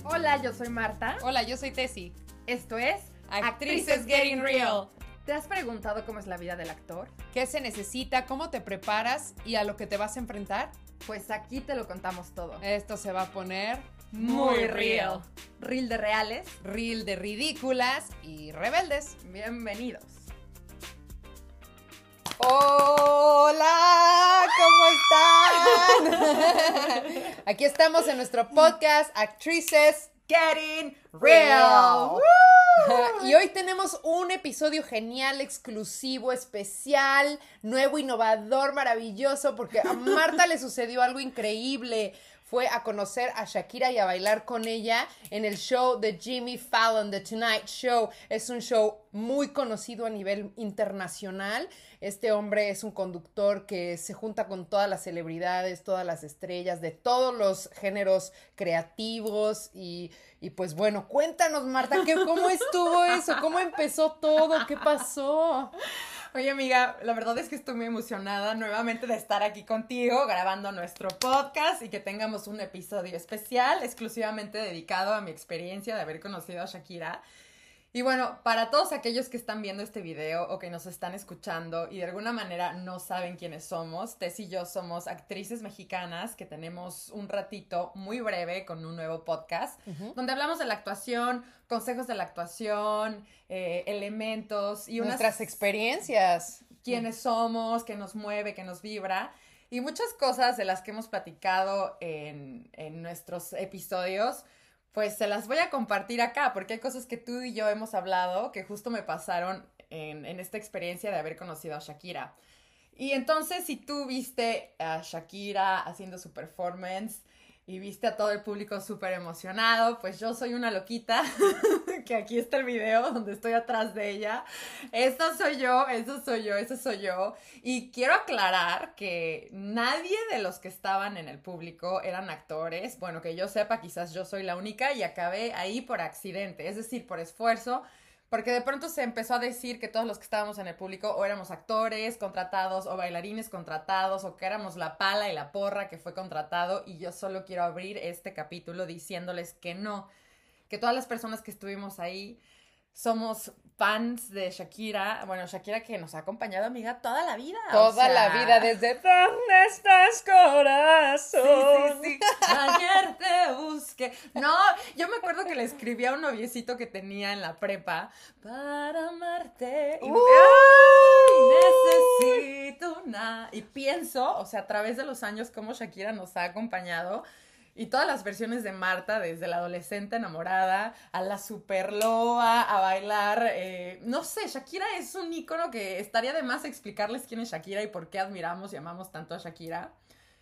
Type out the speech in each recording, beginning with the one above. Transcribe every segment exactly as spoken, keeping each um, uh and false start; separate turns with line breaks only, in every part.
Hola, yo soy Marta.
Hola, yo soy Tessy.
Esto es
Actrices Getting Real.
¿Te has preguntado cómo es la vida del actor?
¿Qué se necesita? ¿Cómo te preparas? ¿Y a lo que te vas a enfrentar?
Pues aquí te lo contamos todo.
Esto se va a poner
Muy real. Real de reales.
Real de ridículas y rebeldes.
Bienvenidos.
¡Hola! ¿Cómo están? Aquí estamos en nuestro podcast Actrices
Getting
Real.
Real.
Y hoy tenemos un episodio genial, exclusivo, especial, nuevo, innovador, maravilloso, porque a Marta le sucedió algo increíble. Fue a conocer a Shakira y a bailar con ella en el show de Jimmy Fallon, The Tonight Show. Es un show muy conocido a nivel internacional. Este hombre es un conductor que se junta con todas las celebridades, todas las estrellas de todos los géneros creativos. Y, y pues bueno, cuéntanos, Marta, ¿qué, ¿cómo estuvo eso? ¿Cómo empezó todo? ¿Qué pasó?
Oye, amiga, la verdad es que estoy muy emocionada nuevamente de estar aquí contigo grabando nuestro podcast y que tengamos un episodio especial exclusivamente dedicado a mi experiencia de haber conocido a Shakira. Y bueno, para todos aquellos que están viendo este video o que nos están escuchando y de alguna manera no saben quiénes somos, Tess y yo somos actrices mexicanas que tenemos un ratito muy breve con un nuevo podcast, uh-huh, donde hablamos de la actuación, consejos de la actuación, eh, elementos y unas...
Nuestras experiencias.
Quiénes somos, qué nos mueve, qué nos vibra y muchas cosas de las que hemos platicado en, en nuestros episodios. Pues se las voy a compartir acá, porque hay cosas que tú y yo hemos hablado que justo me pasaron en, en esta experiencia de haber conocido a Shakira. Y entonces, si tú viste a Shakira haciendo su performance y viste a todo el público súper emocionado, pues yo soy una loquita, que aquí está el video donde estoy atrás de ella. Esta soy yo, eso soy yo, eso soy yo. Y quiero aclarar que nadie de los que estaban en el público eran actores. Bueno, que yo sepa, quizás yo soy la única y acabé ahí por accidente, es decir, por esfuerzo. Porque de pronto se empezó a decir que todos los que estábamos en el público o éramos actores contratados o bailarines contratados o que éramos la pala y la porra que fue contratado, y yo solo quiero abrir este capítulo diciéndoles que no, que todas las personas que estuvimos ahí somos fans de Shakira. Bueno, Shakira que nos ha acompañado, amiga, toda la vida.
Toda
o sea...
la vida, desde ¿dónde estás, corazón?
Sí, sí, sí. Ayer te busqué. No, yo me acuerdo que le escribí a un noviecito que tenía en la prepa para amarte. Y,
uh,
¡ay! Necesito una. Y pienso, o sea, a través de los años, cómo Shakira nos ha acompañado. Y todas las versiones de Marta, desde la adolescente enamorada a la superloa, a bailar. Eh, no sé, Shakira es un ícono que estaría de más explicarles quién es Shakira y por qué admiramos y amamos tanto a Shakira.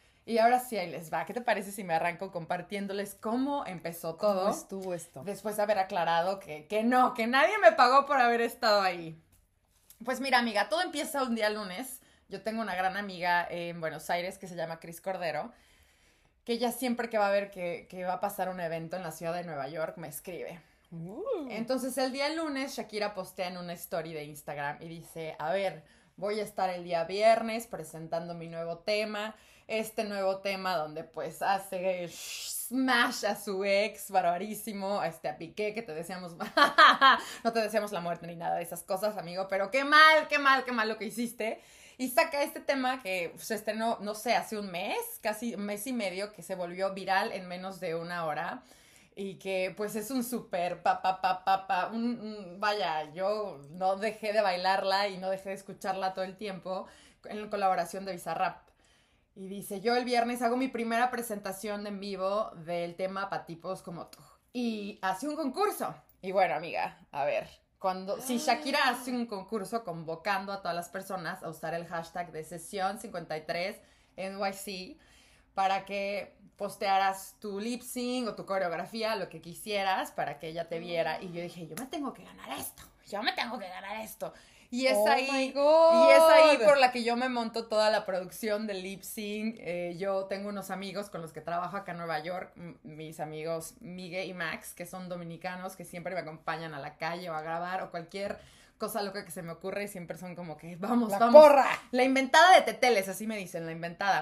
Y ahora sí, ahí les va. ¿Qué te parece si me arranco compartiéndoles cómo empezó todo?
¿Cómo estuvo esto?
Después de haber aclarado que, que no, que nadie me pagó por haber estado ahí. Pues mira, amiga, todo empieza un día lunes. Yo tengo una gran amiga en Buenos Aires que se llama Cris Cordero, que ella siempre que va a ver que, que va a pasar un evento en la ciudad de Nueva York, me escribe. Uh. Entonces, el día lunes, Shakira postea en una story de Instagram y dice, a ver, voy a estar el día viernes presentando mi nuevo tema, este nuevo tema donde, pues, hace smash a su ex, barbarísimo, a este, a Piqué, que te deseamos, no te deseamos la muerte ni nada de esas cosas, amigo, pero qué mal, qué mal, qué mal lo que hiciste. Y saca este tema que se estrenó, no sé, hace un mes, casi un mes y medio, que se volvió viral en menos de una hora. Y que, pues, es un súper pa, pa, pa, pa, pa. Un, un, vaya, yo no dejé de bailarla y no dejé de escucharla todo el tiempo en colaboración de Bizarrap. Y dice, yo el viernes hago mi primera presentación en vivo del tema Pa' tipos como tú. Y hace un concurso. Y bueno, amiga, a ver... Cuando, si Shakira hace un concurso convocando a todas las personas a usar el hashtag de sesión cincuenta y tres N Y C para que postearas tu lip sync o tu coreografía, lo que quisieras, para que ella te viera. Y yo dije, yo me tengo que ganar esto, yo me tengo que ganar esto. Y es
oh
ahí,
my God.
y es ahí por la que yo me monto toda la producción del lip sync. Eh, yo tengo unos amigos con los que trabajo acá en Nueva York, m- mis amigos Miguel y Max, que son dominicanos, que siempre me acompañan a la calle o a grabar o cualquier cosa loca que se me ocurre, y siempre son como que, vamos,
la
vamos.
porra.
La inventada de Teteles, así me dicen, la inventada.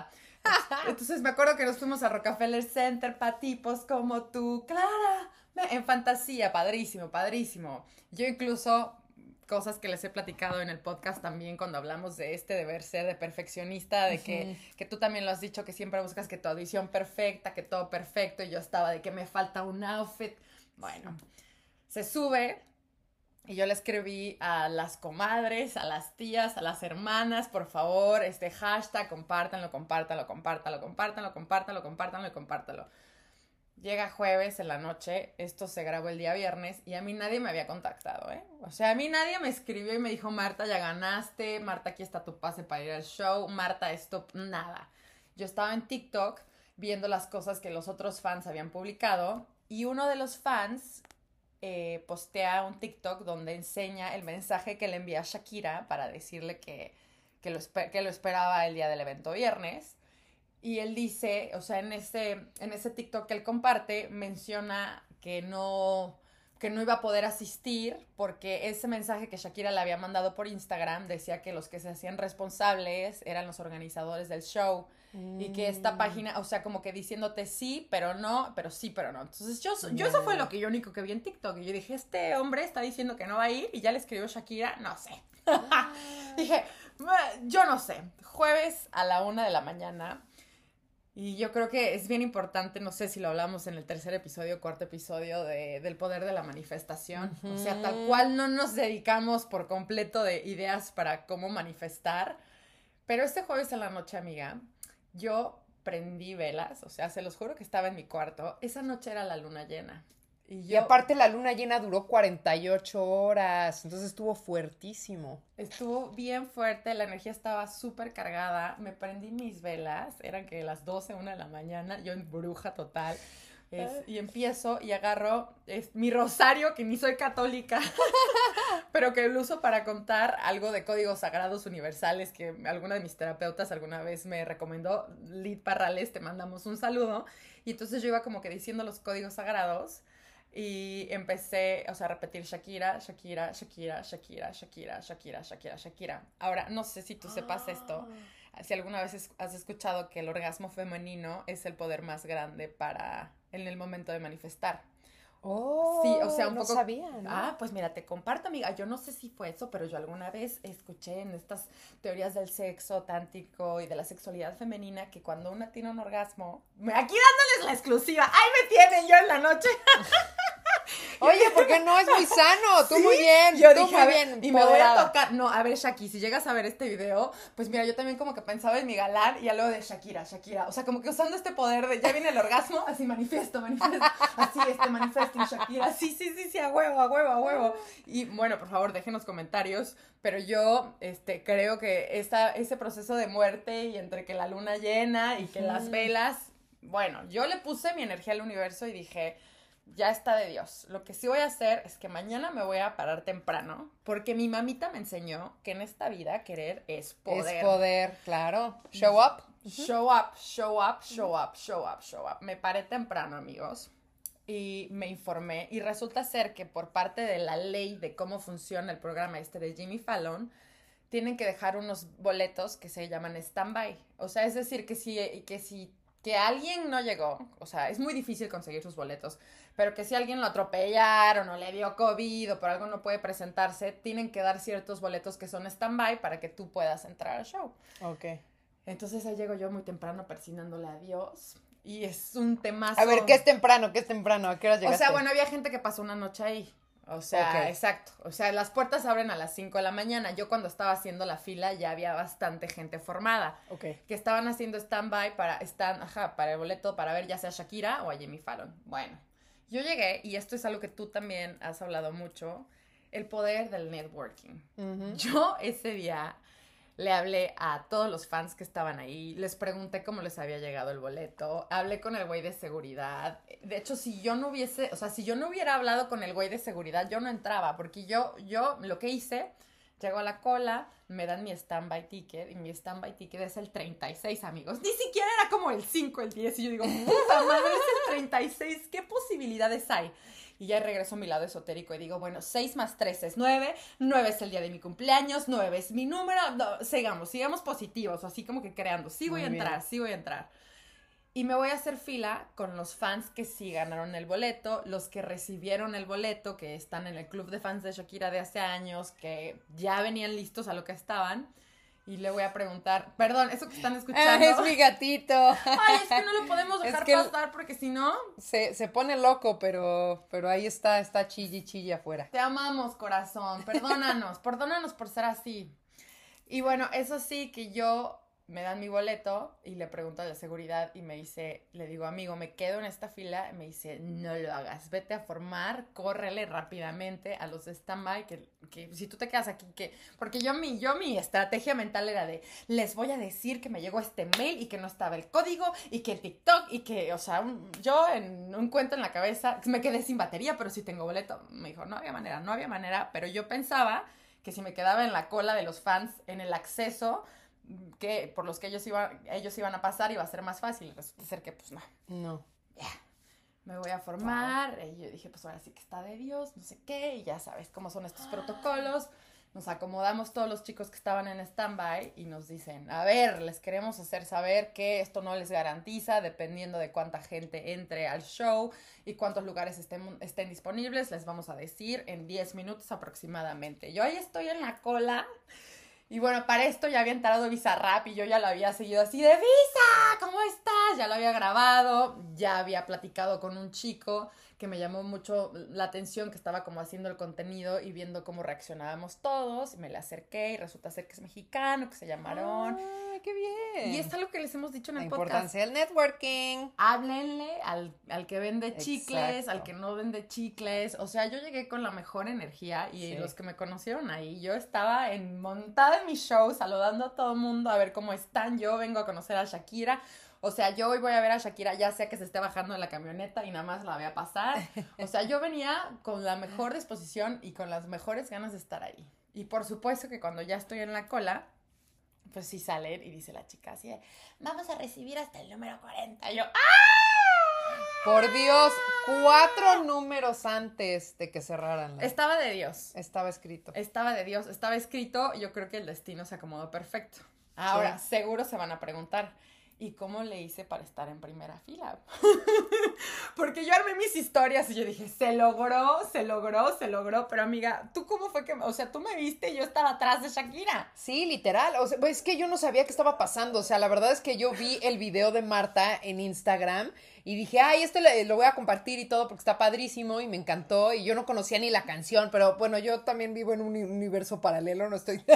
Entonces me acuerdo que nos fuimos a Rockefeller Center para tipos como tú, Clara, en fantasía, padrísimo, padrísimo. Yo incluso, cosas que les he platicado en el podcast también cuando hablamos de este deber ser de perfeccionista, de que, uh-huh. que tú también lo has dicho, que siempre buscas que tu audición perfecta, que todo perfecto, y yo estaba de que me falta un outfit. Bueno, se sube y yo le escribí a las comadres, a las tías, a las hermanas, por favor, este hashtag, compártanlo, compártanlo, compártanlo, compártanlo, compártanlo, compártanlo y compártanlo. Llega jueves en la noche, esto se grabó el día viernes y a mí nadie me había contactado, ¿eh? O sea, a mí nadie me escribió y me dijo, Marta, ya ganaste, Marta, aquí está tu pase para ir al show, Marta, esto, nada. Yo estaba en TikTok viendo las cosas que los otros fans habían publicado y uno de los fans eh, postea un TikTok donde enseña el mensaje que le envía a Shakira para decirle que, que, lo, que lo esperaba el día del evento viernes. Y él dice, o sea, en ese, en ese TikTok que él comparte, menciona que no, que no iba a poder asistir porque ese mensaje que Shakira le había mandado por Instagram decía que los que se hacían responsables eran los organizadores del show mm. y que esta página, o sea, como que diciéndote sí, pero no, pero sí, pero no. Entonces yo, yo eso fue lo que yo único que vi en TikTok y yo dije, este hombre está diciendo que no va a ir y ya le escribió Shakira, no sé. Dije, yo no sé, jueves a la una de la mañana. Y yo creo que es bien importante, no sé si lo hablamos en el tercer episodio, cuarto episodio, de, del poder de la manifestación. Uh-huh. O sea, tal cual no nos dedicamos por completo de ideas para cómo manifestar. Pero este jueves en la noche, amiga, yo prendí velas, o sea, se los juro que estaba en mi cuarto. Esa noche era la luna llena. Y, yo,
y aparte la luna llena duró cuarenta y ocho horas, entonces estuvo fuertísimo.
Estuvo bien fuerte, la energía estaba súper cargada, me prendí mis velas, eran que las doce, una de la mañana, yo en bruja total, es, y empiezo y agarro es, mi rosario, que ni soy católica, pero que lo uso para contar algo de códigos sagrados universales que alguna de mis terapeutas alguna vez me recomendó, Lid Parrales, te mandamos un saludo, y entonces yo iba como que diciendo los códigos sagrados. Y empecé, o sea, a repetir Shakira, Shakira, Shakira, Shakira, Shakira, Shakira, Shakira, Shakira. Ahora, no sé si tú sepas ah. esto, si alguna vez has escuchado que el orgasmo femenino es el poder más grande para, en el momento de manifestar.
Oh,
sí, o sea, un
no
poco...
sabía, ¿no?
Ah, pues mira, te comparto, amiga, yo no sé si fue eso, pero yo alguna vez escuché en estas teorías del sexo tántrico y de la sexualidad femenina que cuando una tiene un orgasmo... Aquí dándoles la exclusiva, ¡ahí me tienen yo en la noche!
Oye, porque no es muy sano, tú
¿Sí?
muy bien,
yo
tú
dije,
muy
a ver,
bien.
Y me voy a tocar, no, a ver, Shaki, si llegas a ver este video, pues mira, yo también como que pensaba en mi galán y algo de Shakira, Shakira, o sea, como que usando este poder de, ya viene el orgasmo, así manifiesto, manifiesto, así, este, manifiesto y Shakira, sí, sí, sí, sí, a huevo, a huevo, a huevo. Y bueno, por favor, dejen los comentarios, pero yo, este, creo que esta, ese proceso de muerte y entre que la luna llena y que mm. las velas, bueno, yo le puse mi energía al universo y dije... Ya está de Dios. Lo que sí voy a hacer es que mañana me voy a parar temprano porque mi mamita me enseñó que en esta vida querer es poder.
Es poder, claro. Show up.
Show up, show up, show up, show up, show up. Me paré temprano, amigos, y me informé y resulta ser que por parte de la ley de cómo funciona el programa este de Jimmy Fallon, tienen que dejar unos boletos que se llaman stand-by. O sea, es decir, que si, que si que alguien no llegó, o sea, es muy difícil conseguir sus boletos, pero que si alguien lo atropellaron o le dio COVID o por algo no puede presentarse, tienen que dar ciertos boletos que son stand-by para que tú puedas entrar al show.
Ok.
Entonces ahí llego yo muy temprano persinándole a Dios y es un temazo.
A ver, ¿qué es temprano? ¿Qué es temprano? ¿A qué hora llegaste?
O sea, bueno, había gente que pasó una noche ahí. O sea, okay. Exacto. O sea, las puertas abren a las cinco de la mañana. Yo cuando estaba haciendo la fila ya había bastante gente formada.
Ok.
Que estaban haciendo stand-by para, stand, ajá, para el boleto para ver ya sea a Shakira o a Jimmy Fallon. Bueno, yo llegué y esto es algo que tú también has hablado mucho, el poder del networking. Uh-huh. Yo ese día le hablé a todos los fans que estaban ahí, les pregunté cómo les había llegado el boleto, hablé con el güey de seguridad. De hecho, si yo no hubiese, o sea, si yo no hubiera hablado con el güey de seguridad, yo no entraba, porque yo, yo lo que hice, Llego a la cola, me dan mi stand-by ticket y mi stand-by ticket es el treinta y seis, amigos. Ni siquiera era como el cinco, el diez y yo digo, puta madre, es el treinta y seis, ¿qué posibilidades hay? Y ya regreso a mi lado esotérico y digo, bueno, seis más tres es nueve, nueve es el día de mi cumpleaños, nueve es mi número, no, sigamos, sigamos positivos, así como que creando, sí voy Muy a entrar, bien. sí voy a entrar. Y me voy a hacer fila con los fans que sí ganaron el boleto, los que recibieron el boleto, que están en el club de fans de Shakira de hace años, que ya venían listos a lo que estaban. Y le voy a preguntar, perdón, eso que están escuchando.
Es mi gatito.
Ay, es que no lo podemos dejar es que pasar porque si no...
Se, se pone loco, pero, pero ahí está, está chille chille afuera.
Te amamos, corazón, perdónanos, perdónanos por ser así. Y bueno, eso sí que yo... me dan mi boleto y le pregunto a la seguridad y me dice, le digo, amigo, me quedo en esta fila. Y me dice, no lo hagas, vete a formar, córrele rápidamente a los de stand-by, que, que si tú te quedas aquí, que... Porque yo mi, yo mi estrategia mental era de, les voy a decir que me llegó este mail y que no estaba el código y que el TikTok y que, o sea, un, yo en un cuento en la cabeza, me quedé sin batería, pero sí tengo boleto. Me dijo, no había manera, no había manera, pero yo pensaba que si me quedaba en la cola de los fans, en el acceso... que por los que ellos iban, ellos iban a pasar iba a ser más fácil. Resulta ser que pues no.
No.
Yeah. Me voy a formar. Y yo dije, pues ahora sí que está de Dios, no sé qué. Y ya sabes cómo son estos protocolos. Nos acomodamos todos los chicos que estaban en stand-by y nos dicen, a ver, les queremos hacer saber que esto no les garantiza, dependiendo de cuánta gente entre al show y cuántos lugares estén, estén disponibles, les vamos a decir en diez minutos aproximadamente. Yo ahí estoy en la cola. Y bueno, para esto ya había entrado Bizarrap y yo ya lo había seguido así de Visa, ¿cómo estás? Ya lo había grabado, ya había platicado con un chico que me llamó mucho la atención, que estaba como haciendo el contenido y viendo cómo reaccionábamos todos. Y me le acerqué y resulta ser que es mexicano, que se llama Aarón.
¡Ay, qué bien!
Y es algo que les hemos dicho en el
la
podcast.
La importancia del networking.
Háblenle al, al que vende chicles,
Exacto.
al que no vende chicles. O sea, yo llegué con la mejor energía y sí. Los que me conocieron ahí, yo estaba en, montada en mi show, saludando a todo el mundo, a ver cómo están. Yo vengo a conocer a Shakira. O sea, yo hoy voy a ver a Shakira, ya sea que se esté bajando de la camioneta y nada más la voy a pasar. O sea, yo venía con la mejor disposición y con las mejores ganas de estar ahí. Y por supuesto que cuando ya estoy en la cola, pues sí sale y dice la chica así de, vamos a recibir hasta el número cuarenta. Y yo, ¡ah!
Por Dios, cuatro números antes de que cerraran. La...
Estaba de Dios.
Estaba escrito.
Estaba de Dios, estaba escrito. Yo creo que el destino se acomodó perfecto. Ahora, sí. Seguro se van a preguntar, ¿y cómo le hice para estar en primera fila? Porque yo armé mis historias y yo dije, se logró, se logró, se logró. Pero amiga, ¿tú cómo fue que, o sea, tú me viste y yo estaba atrás de Shakira?
Sí, literal, o sea, pues es que yo no sabía qué estaba pasando. O sea, la verdad es que yo vi el video de Marta en Instagram y dije, ay, este lo voy a compartir y todo porque está padrísimo y me encantó. Y yo no conocía ni la canción, pero bueno, yo también vivo en un universo paralelo, no estoy...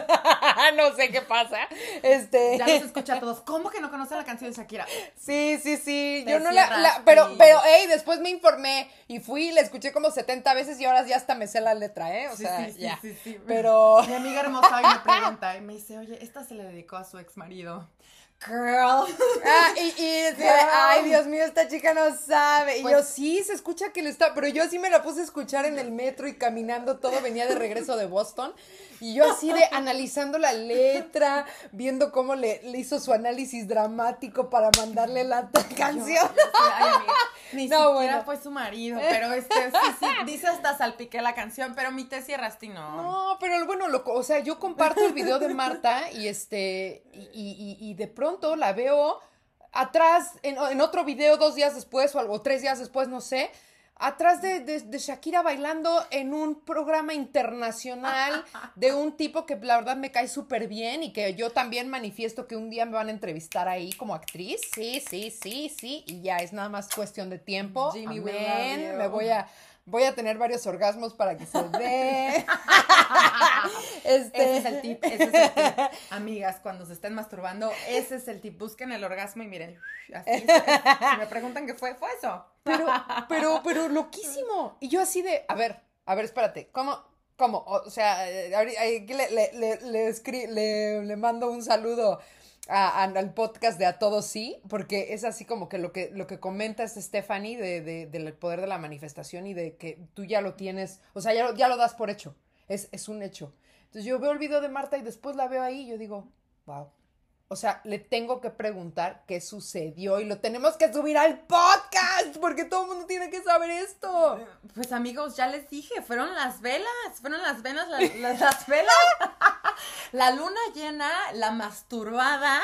no sé qué pasa. Este...
Ya los escuché a todos. ¿Cómo que no conocen la canción de Shakira?
Sí, sí, sí.
Te
yo no la... la pero, pero, hey, después me informé y fui y la escuché como setenta veces y ahora ya hasta me sé la letra, ¿eh? O
sí,
sea,
sí,
ya.
Sí, sí, sí.
Pero...
Mi amiga hermosa hoy me pregunta y me dice, oye, esta se le dedicó a su ex marido. Girl.
Ah, y, y decía, ay, Dios mío, esta chica no sabe. Y
pues,
yo, sí, se escucha que le está, pero yo sí me la puse a escuchar en el metro y caminando todo, venía de regreso de Boston. Y yo así de analizando la letra, viendo cómo le, le hizo su análisis dramático para mandarle la canción. Yo, yo
sí, ay, amiga, ni
no,
siquiera
bueno.
fue su marido, pero este, sí, sí, dice hasta salpiqué la canción, pero mi te cierraste y no.
No, pero bueno, lo, o sea, yo comparto el video de Marta y este, y, y, y de pronto la veo atrás, en, en otro video dos días después o algo, tres días después, no sé, atrás de, de, de Shakira bailando en un programa internacional de un tipo que la verdad me cae súper bien y que yo también manifiesto que un día me van a entrevistar ahí como actriz. Sí, sí, sí, sí. Y ya es nada más cuestión de tiempo.
Jimmy,
amén. Me voy a... Voy a tener varios orgasmos para que se dé.
este... Ese es el tip, ese es el tip. Amigas, cuando se estén masturbando, ese es el tip. Busquen el orgasmo y miren, así es, es. Si me preguntan qué fue, fue eso.
Pero, pero, pero loquísimo. Y yo así de, a ver, a ver, espérate, ¿cómo? ¿Cómo? O sea, aquí le, le, le, le, escri- le, le mando un saludo A, a, al podcast de A Todos Sí, porque es así como que lo que, lo que comenta es Stephanie de, de, del poder de la manifestación y de que tú ya lo tienes, o sea, ya lo, ya lo das por hecho. es, es un hecho. Entonces yo veo el video de Marta y después la veo ahí y yo digo, wow. O sea, le tengo que preguntar qué sucedió y lo tenemos que subir al podcast porque todo el mundo tiene que saber esto.
Pues amigos, ya les dije, fueron las velas, fueron las velas, las, las, las velas. La luna llena, la masturbada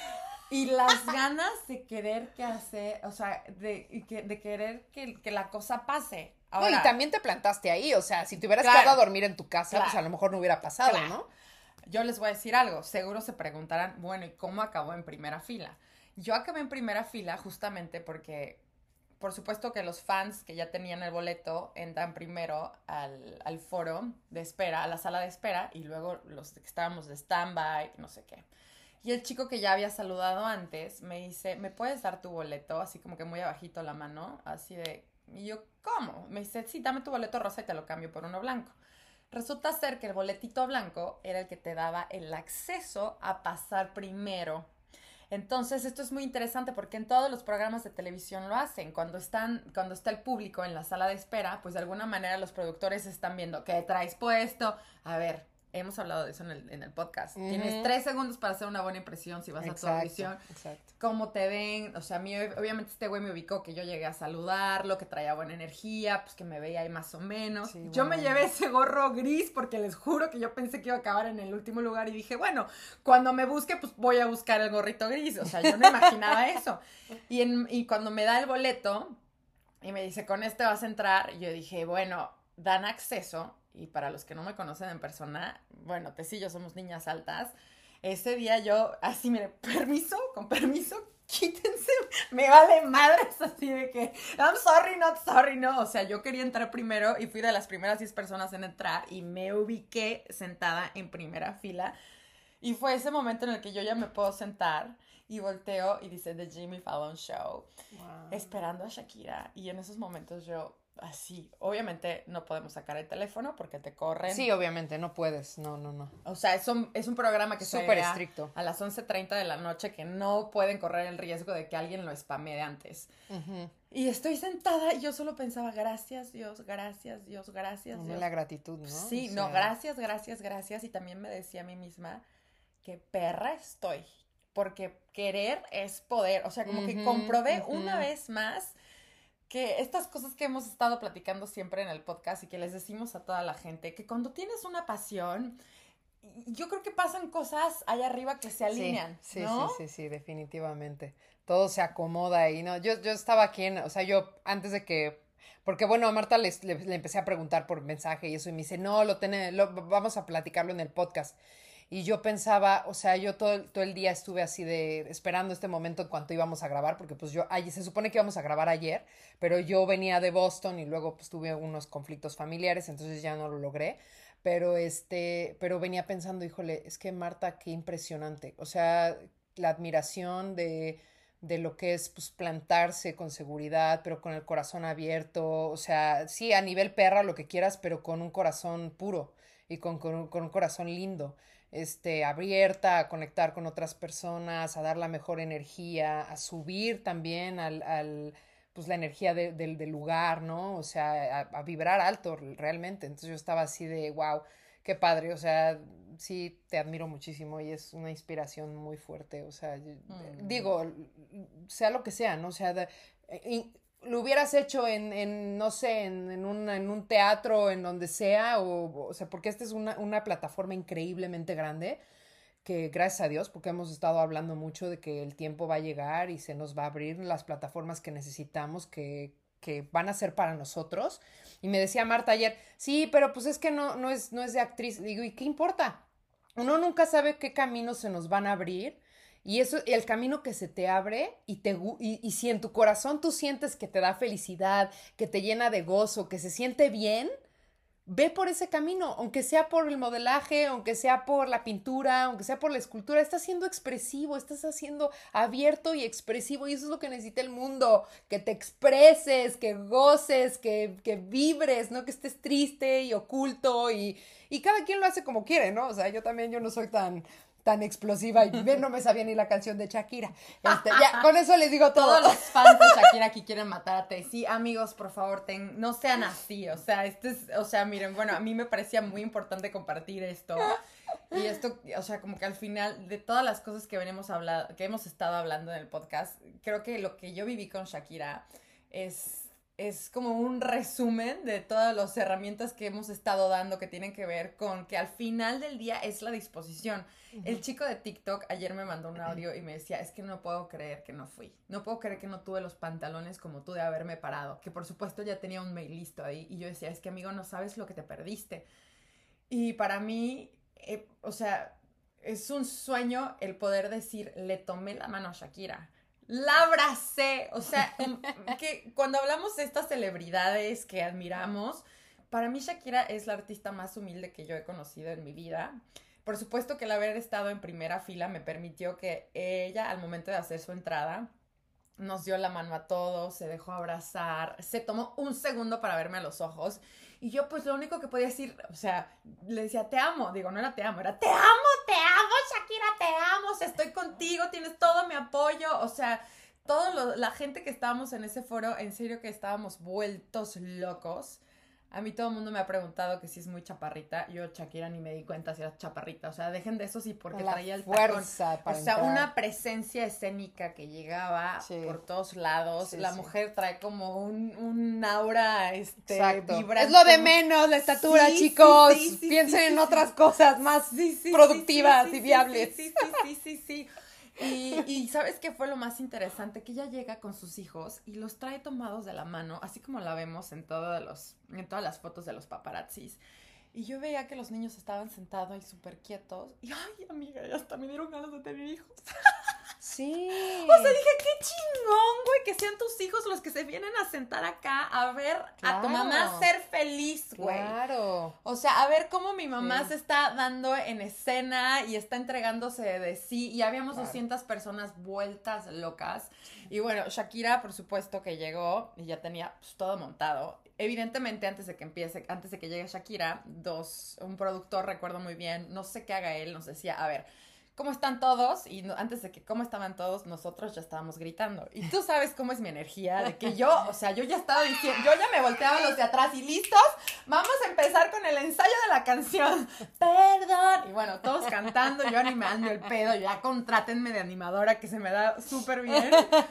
y las ganas de querer que hacer, o sea, de, de querer que, que la cosa pase. Ahora,
no, y también te plantaste ahí, o sea, si te hubieras
claro,
quedado a dormir en tu casa,
claro,
pues a lo mejor no hubiera pasado,
claro.
¿no?
Yo les voy a decir algo, seguro se preguntarán, bueno, ¿y cómo acabó en primera fila? Yo acabé en primera fila justamente porque, por supuesto que los fans que ya tenían el boleto entran primero al, al foro de espera, a la sala de espera, y luego los que estábamos de stand-by, no sé qué. Y el chico que ya había saludado antes me dice, ¿me puedes dar tu boleto? Así como que muy abajito la mano, así de, y yo, ¿cómo? Me dice, sí, dame tu boleto rosa y te lo cambio por uno blanco. Resulta ser que el boletito blanco era el que te daba el acceso a pasar primero. Entonces, esto es muy interesante porque en todos los programas de televisión lo hacen. Cuando están, cuando está el público en la sala de espera, pues de alguna manera los productores están viendo qué traes puesto. A ver, hemos hablado de eso en el, en el podcast. Uh-huh. Tienes tres segundos para hacer una buena impresión si vas exacto, a tu audición.
Exacto.
Cómo te ven. O sea, a mí, obviamente, este güey me ubicó que yo llegué a saludarlo, que traía buena energía, pues que me veía ahí más o menos. Sí, yo bueno. me llevé ese gorro gris porque les juro que yo pensé que iba a acabar en el último lugar y dije, bueno, cuando me busque, pues voy a buscar el gorrito gris. O sea, yo no imaginaba eso. Y, en, y cuando me da el boleto y me dice, con este vas a entrar, yo dije, bueno, dan acceso. Y para los que no me conocen en persona, bueno, Tecillo, somos niñas altas. Ese día yo, así, mire, permiso, con permiso, quítense, me vale madres, así de que, I'm sorry, not sorry, no. O sea, yo quería entrar primero y fui de las primeras diez personas en entrar y me ubiqué sentada en primera fila. Y fue ese momento en el que yo ya me puedo sentar y volteo y dice The Jimmy Fallon Show, wow. Esperando a Shakira. Y en esos momentos yo... así, obviamente no podemos sacar el teléfono porque te corren.
Sí, obviamente, no puedes, no, no, no.
O sea, es un, es un programa que
súper estricto
a las once treinta de la noche que no pueden correr el riesgo de que alguien lo spamee antes. Uh-huh. Y estoy sentada y yo solo pensaba, gracias Dios, gracias Dios, gracias
no,
Dios.
La gratitud, ¿no?
Sí,
o sea...
no, gracias, gracias, gracias. Y también me decía a mí misma que perra estoy, porque querer es poder. O sea, como uh-huh, que comprobé uh-huh. una vez más que estas cosas que hemos estado platicando siempre en el podcast y que les decimos a toda la gente, que cuando tienes una pasión, yo creo que pasan cosas allá arriba que se alinean,
sí,
¿no?
Sí, sí, sí, sí, definitivamente. Todo se acomoda ahí, ¿no? Yo, yo estaba aquí en, o sea, yo antes de que, porque bueno, a Marta le, le, le empecé a preguntar por mensaje y eso, y me dice, no, lo tenemos, lo, vamos a platicarlo en el podcast. Y yo pensaba, o sea, yo todo, todo el día estuve así de esperando este momento en cuanto íbamos a grabar, porque pues yo, ay, se supone que íbamos a grabar ayer, pero yo venía de Boston y luego pues tuve unos conflictos familiares, entonces ya no lo logré, pero este, pero venía pensando, híjole, es que Marta, qué impresionante, o sea, la admiración de, de lo que es pues plantarse con seguridad, pero con el corazón abierto, o sea, sí, a nivel perra, lo que quieras, pero con un corazón puro y con, con, con un corazón lindo. Este, abierta a conectar con otras personas, a dar la mejor energía, a subir también al, al pues la energía de, de, del lugar, ¿no? O sea, a, a vibrar alto realmente. Entonces yo estaba así de, wow, qué padre, o sea, sí te admiro muchísimo y es una inspiración muy fuerte, o sea, mm. digo, sea lo que sea, ¿no? O sea, de, y, lo hubieras hecho en, en no sé, en, en, un, en un teatro, en donde sea, o, o sea, porque esta es una, una plataforma increíblemente grande, que gracias a Dios, porque hemos estado hablando mucho de que el tiempo va a llegar y se nos va a abrir las plataformas que necesitamos, que, que van a ser para nosotros. Y me decía Marta ayer, sí, pero pues es que no, no, es, no es de actriz. Le digo, ¿y qué importa? Uno nunca sabe qué caminos se nos van a abrir. Y eso, el camino que se te abre y, te, y, y si en tu corazón tú sientes que te da felicidad, que te llena de gozo, que se siente bien, ve por ese camino, aunque sea por el modelaje, aunque sea por la pintura, aunque sea por la escultura, estás siendo expresivo, estás haciendo abierto y expresivo y eso es lo que necesita el mundo, que te expreses, que goces, que, que vibres, no que estés triste y oculto y, y cada quien lo hace como quiere, ¿no? O sea, yo también, yo no soy tan... tan explosiva y bien no me sabía ni la canción de Shakira. Este, ya, con eso les digo todo.
Todos los fans de Shakira aquí quieren matar a Tessy. Sí, amigos, por favor, ten, no sean así. O sea, este es, o sea, miren, bueno, a mí me parecía muy importante compartir esto. Y esto, o sea, como que al final de todas las cosas que venimos hablando, que hemos estado hablando en el podcast, creo que lo que yo viví con Shakira es es como un resumen de todas las herramientas que hemos estado dando que tienen que ver con que al final del día es la disposición. Uh-huh. El chico de TikTok ayer me mandó un audio y me decía, es que no puedo creer que no fui. No puedo creer que no tuve los pantalones como tú de haberme parado. Que por supuesto ya tenía un mail listo ahí. Y yo decía, es que amigo, no sabes lo que te perdiste. Y para mí, eh, o sea, es un sueño el poder decir, le tomé la mano a Shakira. La abracé, o sea, que cuando hablamos de estas celebridades que admiramos, para mí Shakira es la artista más humilde que yo he conocido en mi vida. Por supuesto que el haber estado en primera fila me permitió que ella, al momento de hacer su entrada, nos dio la mano a todos, se dejó abrazar, se tomó un segundo para verme a los ojos. Y yo, pues, lo único que podía decir, o sea, le decía, te amo. Digo, no era te amo, era te amo, te amo, Shakira, te amo. O sea, estoy contigo, tienes todo mi apoyo. O sea, toda la gente que estábamos en ese foro, en serio que estábamos vueltos locos. A mí todo el mundo me ha preguntado que si es muy chaparrita. Yo, Shakira, ni me di cuenta si era chaparrita. O sea, dejen de eso sí, porque
la
traía el
fuerza
tacón.
Para
o sea,
entrar.
Una presencia escénica que llegaba sí. por todos lados. Sí, la sí. mujer trae como un, un aura este, vibrante.
Es lo de menos, la estatura, sí, chicos. Sí, sí, sí, Piensen sí, en sí, otras sí. cosas más sí, sí, productivas sí, sí, y viables.
Sí, sí, sí, sí, sí. sí. Y, y ¿sabes qué fue lo más interesante? Que ella llega con sus hijos y los trae tomados de la mano, así como la vemos en, todos los, en todas las fotos de los paparazzis. Y yo veía que los niños estaban sentados ahí súper quietos. Y, ay, amiga, ya hasta me dieron ganas de tener hijos.
Sí.
O sea, dije, qué chingón, güey, que sean tus hijos los que se vienen a sentar acá a ver claro. a tu mamá ser feliz, güey.
Claro.
O sea, a ver cómo mi mamá sí. se está dando en escena y está entregándose de sí. Y habíamos claro. doscientas personas vueltas locas. Y bueno, Shakira, por supuesto que llegó y ya tenía pues, todo montado. Evidentemente, antes de que empiece, antes de que llegue Shakira, dos, un productor, recuerdo muy bien, no sé qué haga él, nos decía, a ver, ¿cómo están todos? Y no, antes de que cómo estaban todos, nosotros ya estábamos gritando. Y tú sabes cómo es mi energía, de que yo, o sea, yo ya estaba diciendo, yo ya me volteaba los de atrás y listos, vamos a empezar con el ensayo de la canción. Perdón. Y bueno, todos cantando, yo animando el pedo, ya contrátenme de animadora, que se me da súper bien.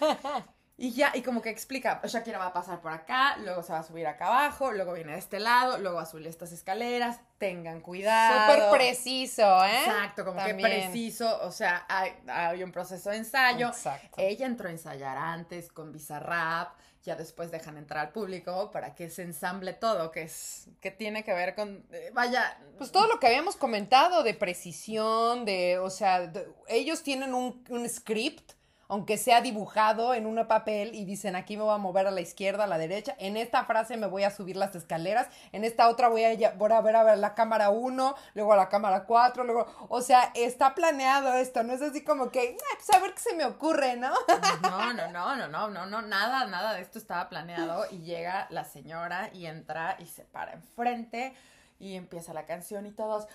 Y ya, y como que explica, Shakira va a pasar por acá, luego se va a subir acá abajo, luego viene de este lado, luego va a subir estas escaleras, tengan cuidado.
Súper preciso, ¿eh?
Exacto, como También. que preciso, o sea, hay, hay un proceso de ensayo.
Exacto.
Ella entró a ensayar antes con Bizarrap, ya después dejan entrar al público para que se ensamble todo, que es, que tiene que ver con, eh, vaya.
Pues todo lo que habíamos comentado de precisión, de, o sea, de, ellos tienen un, un script, aunque sea dibujado en un papel y dicen aquí me voy a mover a la izquierda, a la derecha, en esta frase me voy a subir las escaleras, en esta otra voy a, voy a ver a ver la cámara uno, luego a la cámara cuatro, luego, o sea, está planeado esto, no es así como que, pues a ver qué se me ocurre, ¿no?
No, no, no, no, no, no, no, nada, nada de esto estaba planeado y llega la señora y entra y se para enfrente y empieza la canción y todos...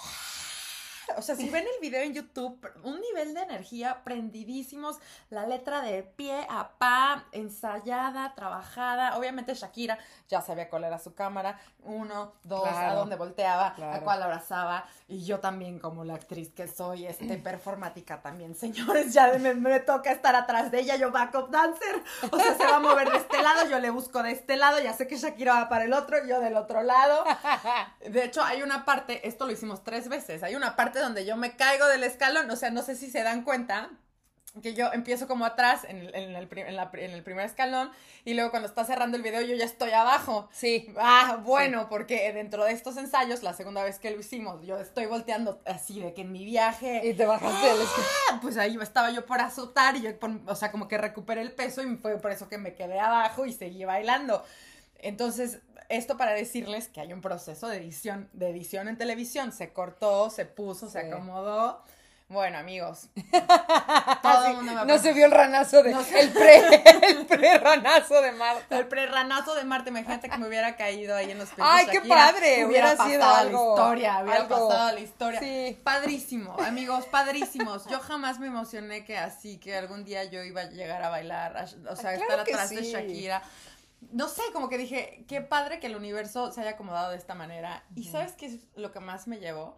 O sea, si ven el video en YouTube, un nivel de energía prendidísimos, la letra de pie a pa, ensayada, trabajada. Obviamente Shakira ya sabía cuál era su cámara, uno, dos, claro, a dónde volteaba, claro, a cuál abrazaba. Y yo también, como la actriz que soy, este, performática también, señores, ya me, me toca estar atrás de ella, yo backup dancer. O sea, se va a mover de este lado, yo le busco de este lado, ya sé que Shakira va para el otro, yo del otro lado. De hecho, hay una parte, esto lo hicimos tres veces, hay una parte donde yo me caigo del escalón, o sea, no sé si se dan cuenta que yo empiezo como atrás en el, en el, en la, en el primer escalón y luego cuando está cerrando el video yo ya estoy abajo.
Sí.
Ah, bueno, sí, porque dentro de estos ensayos, la segunda vez que lo hicimos, yo estoy volteando así de que en mi viaje...
Y te bajaste del escalón.
Ah, pues ahí estaba yo por azotar y yo, por, o sea, como que recuperé el peso y fue por eso que me quedé abajo y seguí bailando. Entonces, esto para decirles que hay un proceso de edición, de edición en televisión. Se cortó, se puso, sí, se acomodó. Bueno, amigos, todo el mundo me
No se vio el ranazo de,
No sé.
el pre, el pre-ranazo de Marta.
El prerranazo de Marte, imagínate que me hubiera caído ahí en los pies
Ay,
de
qué
Shakira.
padre,
Hubiera,
hubiera sido
pasado
algo-
la historia, hubiera
algo-
pasado la historia.
Sí.
Padrísimo, amigos, padrísimos. Yo jamás me emocioné que así, que algún día yo iba a llegar a bailar, a- o sea,
Ah, claro
estar
que
atrás de
sí.
Shakira. No sé, como que dije, qué padre que el universo se haya acomodado de esta manera. ¿Y sabes qué es lo que más me llevó?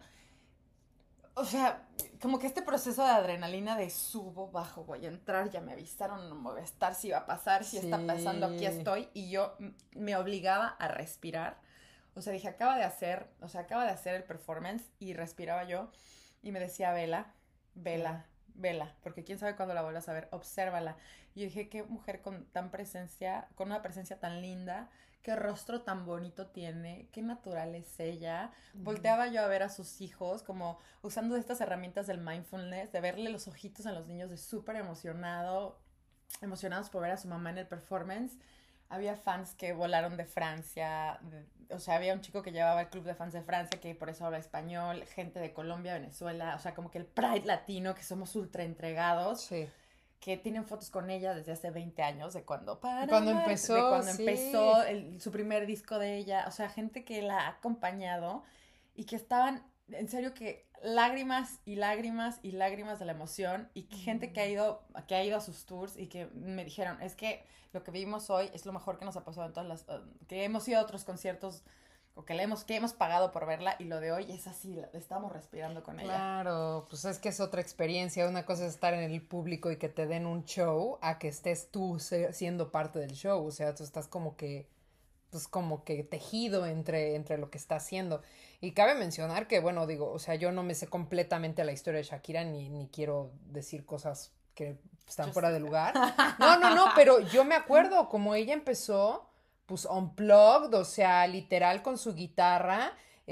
O sea, como que este proceso de adrenalina de subo, bajo, voy a entrar, ya me avisaron, no me voy a estar, si va a pasar, si está
Sí.
pasando, aquí estoy. Y yo m- me obligaba a respirar. O sea, dije, acaba de hacer, o sea, acaba de hacer el performance y respiraba yo. Y me decía, vela, vela, vela, porque quién sabe cuándo la vuelvas a ver, obsérvala. Y yo dije, qué mujer con tan presencia, con una presencia tan linda, qué rostro tan bonito tiene, qué natural es ella. Volteaba yo a ver a sus hijos como usando estas herramientas del mindfulness, de verle los ojitos a los niños de súper emocionado, emocionados por ver a su mamá en el performance. Había fans que volaron de Francia, de- o sea, había un chico que llevaba el club de fans de Francia que por eso habla español, gente de Colombia, Venezuela, o sea, como que el Pride latino, que somos ultra entregados,
Sí.
que tienen fotos con ella desde hace veinte años, de cuando para
Cuando
amarte,
empezó,
de cuando
sí.
empezó el- su primer disco de ella, o sea, gente que la ha acompañado y que estaban, en serio, que lágrimas y lágrimas y lágrimas de la emoción, y que gente que ha ido, que ha ido a sus tours y que me dijeron, es que lo que vimos hoy es lo mejor que nos ha pasado en todas las, uh, que hemos ido a otros conciertos o que le hemos, que hemos pagado por verla, y lo de hoy es así, la- estamos respirando con ella.
Claro, pues es que es otra experiencia. Una cosa es estar en el público y que te den un show, a que estés tú se- siendo parte del show. O sea, tú estás como que, pues como que tejido entre, entre lo que está haciendo. Y cabe mencionar que, bueno, digo, o sea, yo no me sé completamente la historia de Shakira, ni, ni quiero decir cosas que están
Yo
fuera
sí
de
sé.
lugar. No, no, no, pero yo me acuerdo como ella empezó, pues unplugged, o sea, literal con su guitarra,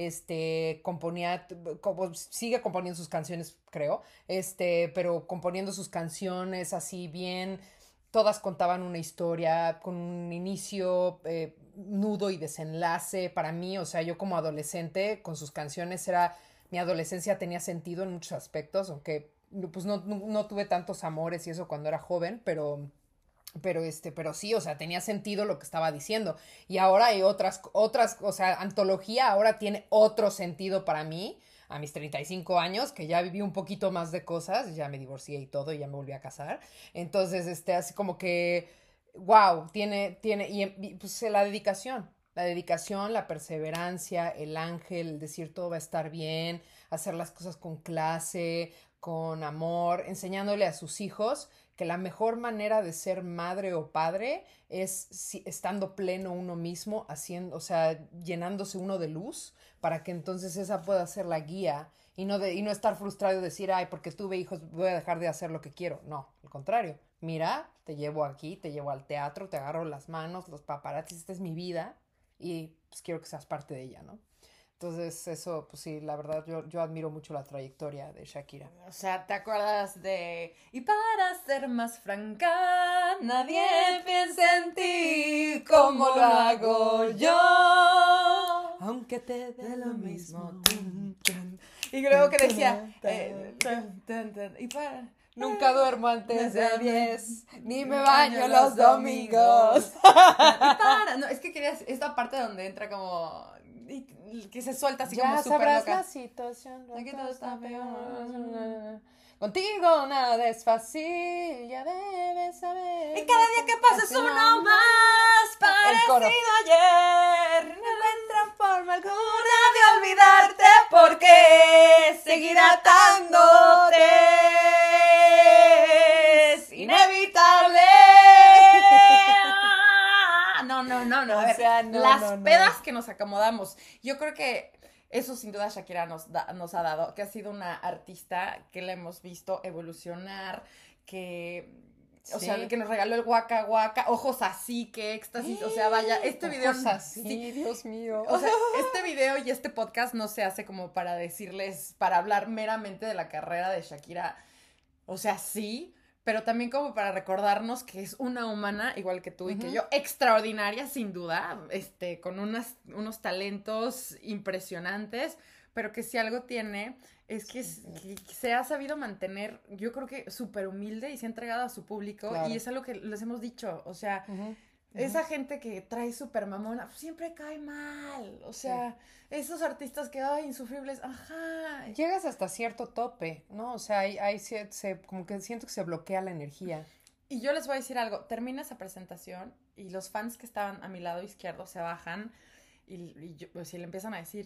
este, componía, como, sigue componiendo sus canciones, creo, este, pero componiendo sus canciones así bien, todas contaban una historia con un inicio, eh, nudo y desenlace para mí, o sea, yo como adolescente con sus canciones era, mi adolescencia tenía sentido en muchos aspectos, aunque pues no, no, no tuve tantos amores y eso cuando era joven, pero... Pero este, pero sí, o sea, tenía sentido lo que estaba diciendo. Y ahora hay otras, otras, o sea, antología ahora tiene otro sentido para mí, a mis treinta y cinco años, que ya viví un poquito más de cosas, ya me divorcié y todo, y ya me volví a casar. Entonces, este, así como que, wow, tiene, tiene, y, y, pues la dedicación, la dedicación, la perseverancia, el ángel, el decir todo va a estar bien, hacer las cosas con clase, con amor, enseñándole a sus hijos que la mejor manera de ser madre o padre es si, estando pleno uno mismo, haciendo, o sea, llenándose uno de luz, para que entonces esa pueda ser la guía y no, de, y no estar frustrado y decir, ay, porque tuve hijos voy a dejar de hacer lo que quiero. No, al contrario, mira, te llevo aquí, te llevo al teatro, te agarro las manos, los paparazzis, esta es mi vida y pues quiero que seas parte de ella, ¿no? Entonces, eso, pues sí, la verdad, yo, yo admiro mucho la trayectoria de Shakira.
O sea, ¿te acuerdas de... Y para ser más franca, nadie piensa en ti como lo hago yo.
Aunque te
De lo mismo. Tun, tun. Y luego que decía... eh, tun, tun, tun, y para...
Nunca duermo antes de diez, ni me baño los domingos.
Y para... No, es que quería esta parte donde entra como... y que se suelta así como
Ya
súper
sabrás
loca.
la situación.
Aquí todo está peor.
Contigo nada es fácil, ya debes saber.
Y cada día que pasa es
Así
uno
no-
más
El coro.
parecido a ayer. No encuentran forma alguna de olvidarte porque seguir atándote es inevitable. No, no, no, no. A
O
ver,
sea, no,
las
no, no.
pedas que nos acomodamos. Yo creo que eso sin duda Shakira nos, da, nos ha dado, que ha sido una artista que la hemos visto evolucionar, que... O
Sí.
sea, que nos regaló el Waka Waka, ojos así, que éxtasis, o sea, vaya, este video...
Ojos así,
sí,
Dios mío.
o sea, este video y este podcast no se hace como para decirles, para hablar meramente de la carrera de Shakira, o sea, sí, pero también como para recordarnos que es una humana, igual que tú y que
Ujú.
yo, extraordinaria, sin duda, este, con unas, unos talentos impresionantes, pero que si algo tiene es que, es, que se ha sabido mantener, yo creo que súper humilde y se ha entregado a su público, claro. Y es algo que les hemos dicho, o sea, uh-huh. Esa uh-huh. gente que trae súper mamona, pues siempre cae mal, o sea, sí. Esos artistas que, ay, insufribles, ajá.
Llegas hasta cierto tope, ¿no? O sea, hay, hay se, como que siento que se bloquea la energía.
Y yo les voy a decir algo, termina esa presentación y los fans que estaban a mi lado izquierdo se bajan y, y, yo, pues, y le empiezan a decir,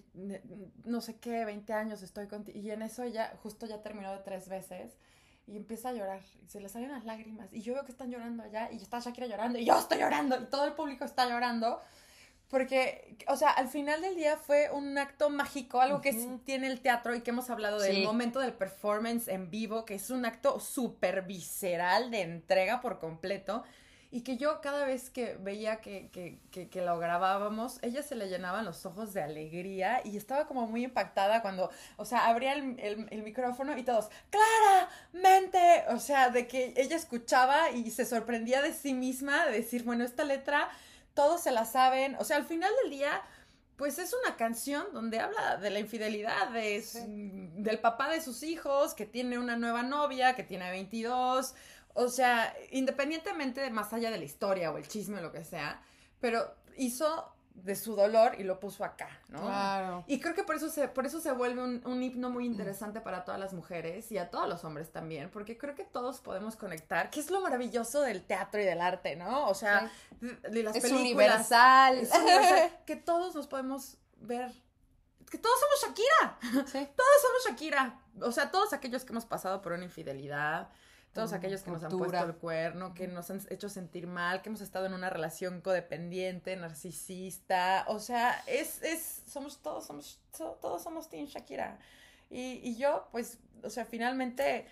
no sé qué, veinte años estoy contigo, y en eso ella, justo ya terminó de tres veces, y empieza a llorar, y se le salen las lágrimas, y yo veo que están llorando allá, y está Shakira llorando, y yo estoy llorando, y todo el público está llorando, porque, o sea, al final del día fue un acto mágico, algo uh-huh. que tiene el teatro, y que hemos hablado sí. del momento del performance en vivo, que es un acto súper visceral de entrega por completo, y que yo cada vez que veía que, que, que, que lo grabábamos, ella se le llenaban los ojos de alegría y estaba como muy impactada cuando, o sea, abría el, el, el micrófono y todos, ¡claramente! O sea, de que ella escuchaba y se sorprendía de sí misma, de decir, bueno, esta letra, todos se la saben. O sea, al final del día, pues es una canción donde habla de la infidelidad, de, sí. del papá de sus hijos, que tiene una nueva novia, que tiene veintidós. O sea, independientemente de más allá de la historia o el chisme o lo que sea, pero hizo de su dolor y lo puso acá, ¿no?
Claro.
Y creo que por eso se, por eso se vuelve un, un himno muy interesante para todas las mujeres y a todos los hombres también, porque creo que todos podemos conectar, que es lo maravilloso del teatro y del arte, ¿no? O sea, sí. de, de las
es
películas.
Universal.
Es universal. Que todos nos podemos ver, que todos somos Shakira. Sí. Todos somos Shakira. O sea, todos aquellos que hemos pasado por una infidelidad, todos aquellos que nos han puesto el cuerno, que nos han hecho sentir mal, que hemos estado en una relación codependiente, narcisista, o sea, es, es, somos todos, somos, todos somos Team Shakira. Y, y yo, pues, o sea, finalmente,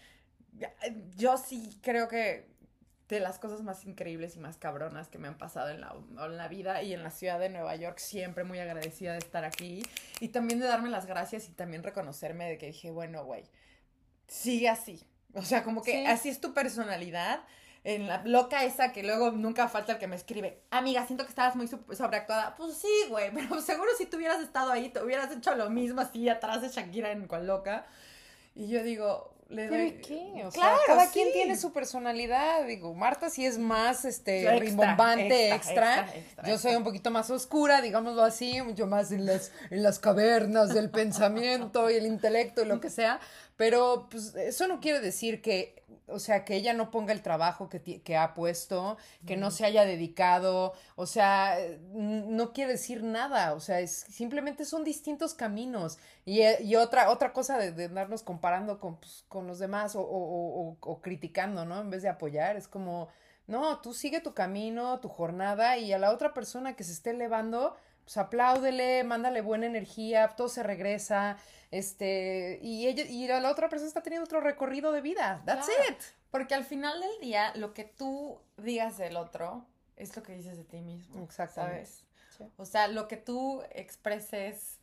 yo sí creo que de las cosas más increíbles y más cabronas que me han pasado en la, en la vida y en la ciudad de Nueva York, siempre muy agradecida de estar aquí, y también de darme las gracias y también reconocerme de que dije, bueno, güey, sigue así. O sea, como que sí. Así es tu personalidad, en la loca esa que luego nunca falta el que me escribe, amiga, siento que estabas muy sobreactuada. Pues sí, güey, pero seguro si tú hubieras estado ahí, te hubieras hecho lo mismo así atrás de Shakira en Cual Loca. Y yo digo, le doy...
¿Pero qué? O
claro,
sea, cada
sí.
quien tiene su personalidad. Digo, Marta sí es más, este, extra, rimbombante, extra, extra. extra, extra Yo extra. soy un poquito más oscura, digámoslo así, mucho más en las, en las cavernas del pensamiento y el intelecto y lo que sea. Pero, pues, eso no quiere decir que, o sea, que ella no ponga el trabajo que, que ha puesto, que mm. no se haya dedicado, o sea, no quiere decir nada, o sea, es, simplemente son distintos caminos. Y, y otra, otra cosa de, de andarnos comparando con, pues, con los demás o, o, o, o criticando, ¿no? En vez de apoyar, es como, no, tú sigue tu camino, tu jornada, y a la otra persona que se esté elevando, pues apláudele, mándale buena energía, todo se regresa, este, y ella, y la otra persona está teniendo otro recorrido de vida. That's
claro.
it.
Porque al final del día, lo que tú digas del otro es lo que dices de ti mismo.
Exactamente.
¿Sabes? Sí. O sea, lo que tú expreses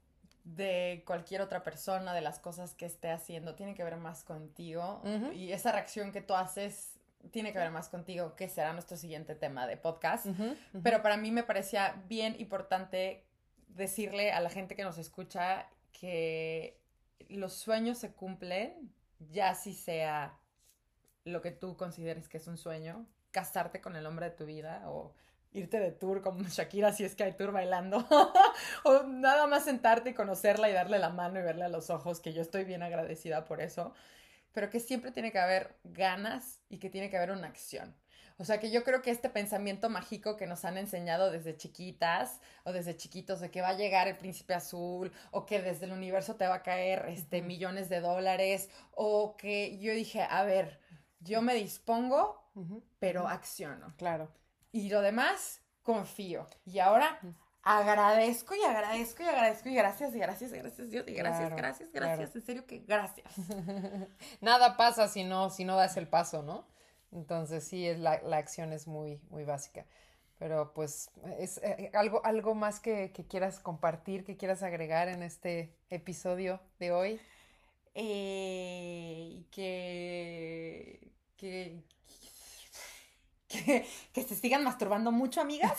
de cualquier otra persona, de las cosas que esté haciendo, tiene que ver más contigo. Uh-huh. Y esa reacción que tú haces tiene que ver más contigo, que será nuestro siguiente tema de podcast. Uh-huh, uh-huh. Pero para mí me parecía bien importante decirle a la gente que nos escucha que los sueños se cumplen, ya si sea lo que tú consideres que es un sueño, casarte con el hombre de tu vida o irte de tour como Shakira si es que hay tour bailando o nada más sentarte y conocerla y darle la mano y verle a los ojos, que yo estoy bien agradecida por eso, pero que siempre tiene que haber ganas y que tiene que haber una acción. O sea, que yo creo que este pensamiento mágico que nos han enseñado desde chiquitas o desde chiquitos de que va a llegar el príncipe azul o que desde el universo te va a caer este, uh-huh. millones de dólares, o que yo dije, a ver, yo me dispongo, uh-huh. pero acciono.
Claro.
Y lo demás, confío. Y ahora uh-huh. agradezco y agradezco y agradezco y gracias y gracias y gracias Dios y gracias, claro, gracias, gracias. Claro. En serio que gracias.
Nada pasa si no, si no das el paso, ¿no? Entonces sí, es la, la acción es muy, muy básica. Pero pues es eh, algo, algo más que, que quieras compartir, que quieras agregar en este episodio de hoy.
Eh, que, que, que, que se sigan masturbando mucho, amigas.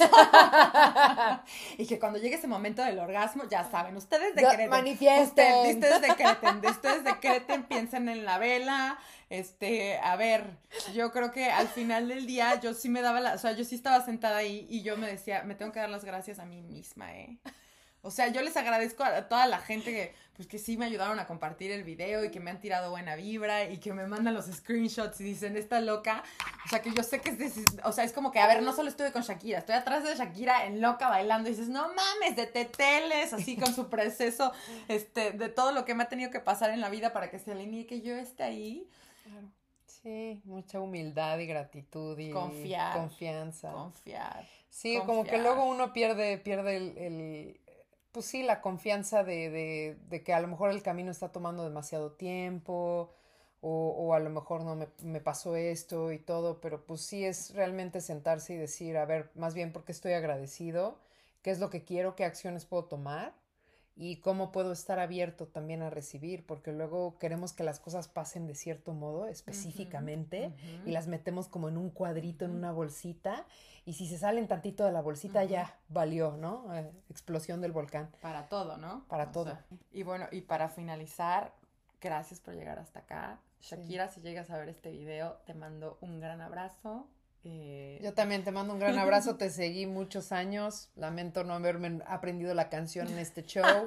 Y que cuando llegue ese momento del orgasmo, ya saben, ustedes decreten.
Manifiesten.
Ustedes, ustedes decreten, ustedes decreten, piensen en la vela. Este, a ver, yo creo que al final del día yo sí me daba la, o sea, yo sí estaba sentada ahí y yo me decía, me tengo que dar las gracias a mí misma, ¿eh? O sea, yo les agradezco a toda la gente que, pues, que sí me ayudaron a compartir el video y que me han tirado buena vibra y que me mandan los screenshots y dicen, esta loca. O sea, que yo sé que es, o sea, es como que, a ver, no solo estuve con Shakira, estoy atrás de Shakira en loca bailando y dices, no mames, de teteles, así con su proceso, este, de todo lo que me ha tenido que pasar en la vida para que se alinee, que yo esté ahí.
Claro. Sí, mucha humildad y gratitud y
confiar,
confianza.
Confiar.
Sí,
confiar.
Como que luego uno pierde, pierde el, el pues sí, la confianza de, de, de que a lo mejor el camino está tomando demasiado tiempo o, o a lo mejor no me, me pasó esto y todo, pero pues sí es realmente sentarse y decir, a ver, más bien porque estoy agradecido, qué es lo que quiero, qué acciones puedo tomar y cómo puedo estar abierto también a recibir, porque luego queremos que las cosas pasen de cierto modo específicamente uh-huh, uh-huh. y las metemos como en un cuadrito, uh-huh. en una bolsita, y si se salen tantito de la bolsita uh-huh. ya valió, ¿no? Eh, explosión del volcán.
Para todo, ¿no?
Para
o
todo.
Sea, y bueno, y para finalizar, gracias por llegar hasta acá. Shakira, sí. si llegas a ver este video, te mando un gran abrazo. Eh...
Yo también te mando un gran abrazo, te seguí muchos años, lamento no haberme aprendido la canción en este show,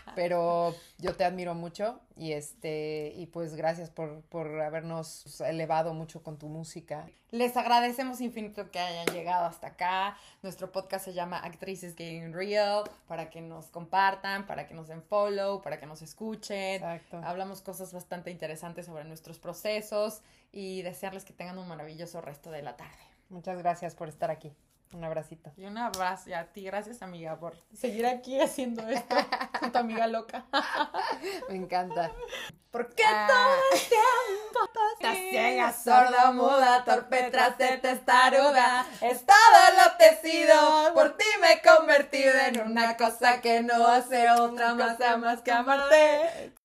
pero yo te admiro mucho y este y pues gracias por, por habernos elevado mucho con tu música.
Les agradecemos infinito que hayan llegado hasta acá. Nuestro podcast se llama Actrices Getting Real, para que nos compartan, para que nos den follow, para que nos escuchen.
Exacto.
Hablamos cosas bastante interesantes sobre nuestros procesos y desearles que tengan un maravilloso resto de la tarde.
Muchas gracias por estar aquí. Un abracito.
Y un abrazo y a ti, gracias amiga por seguir aquí haciendo esto con tu amiga loca.
Me encanta.
Porque ah. todo el tiempo estás ciega, sorda, muda, torpe, trasera, testaruda. Es todo enloquecido, por ti me he convertido en una cosa que no hace otra más, más que amarte.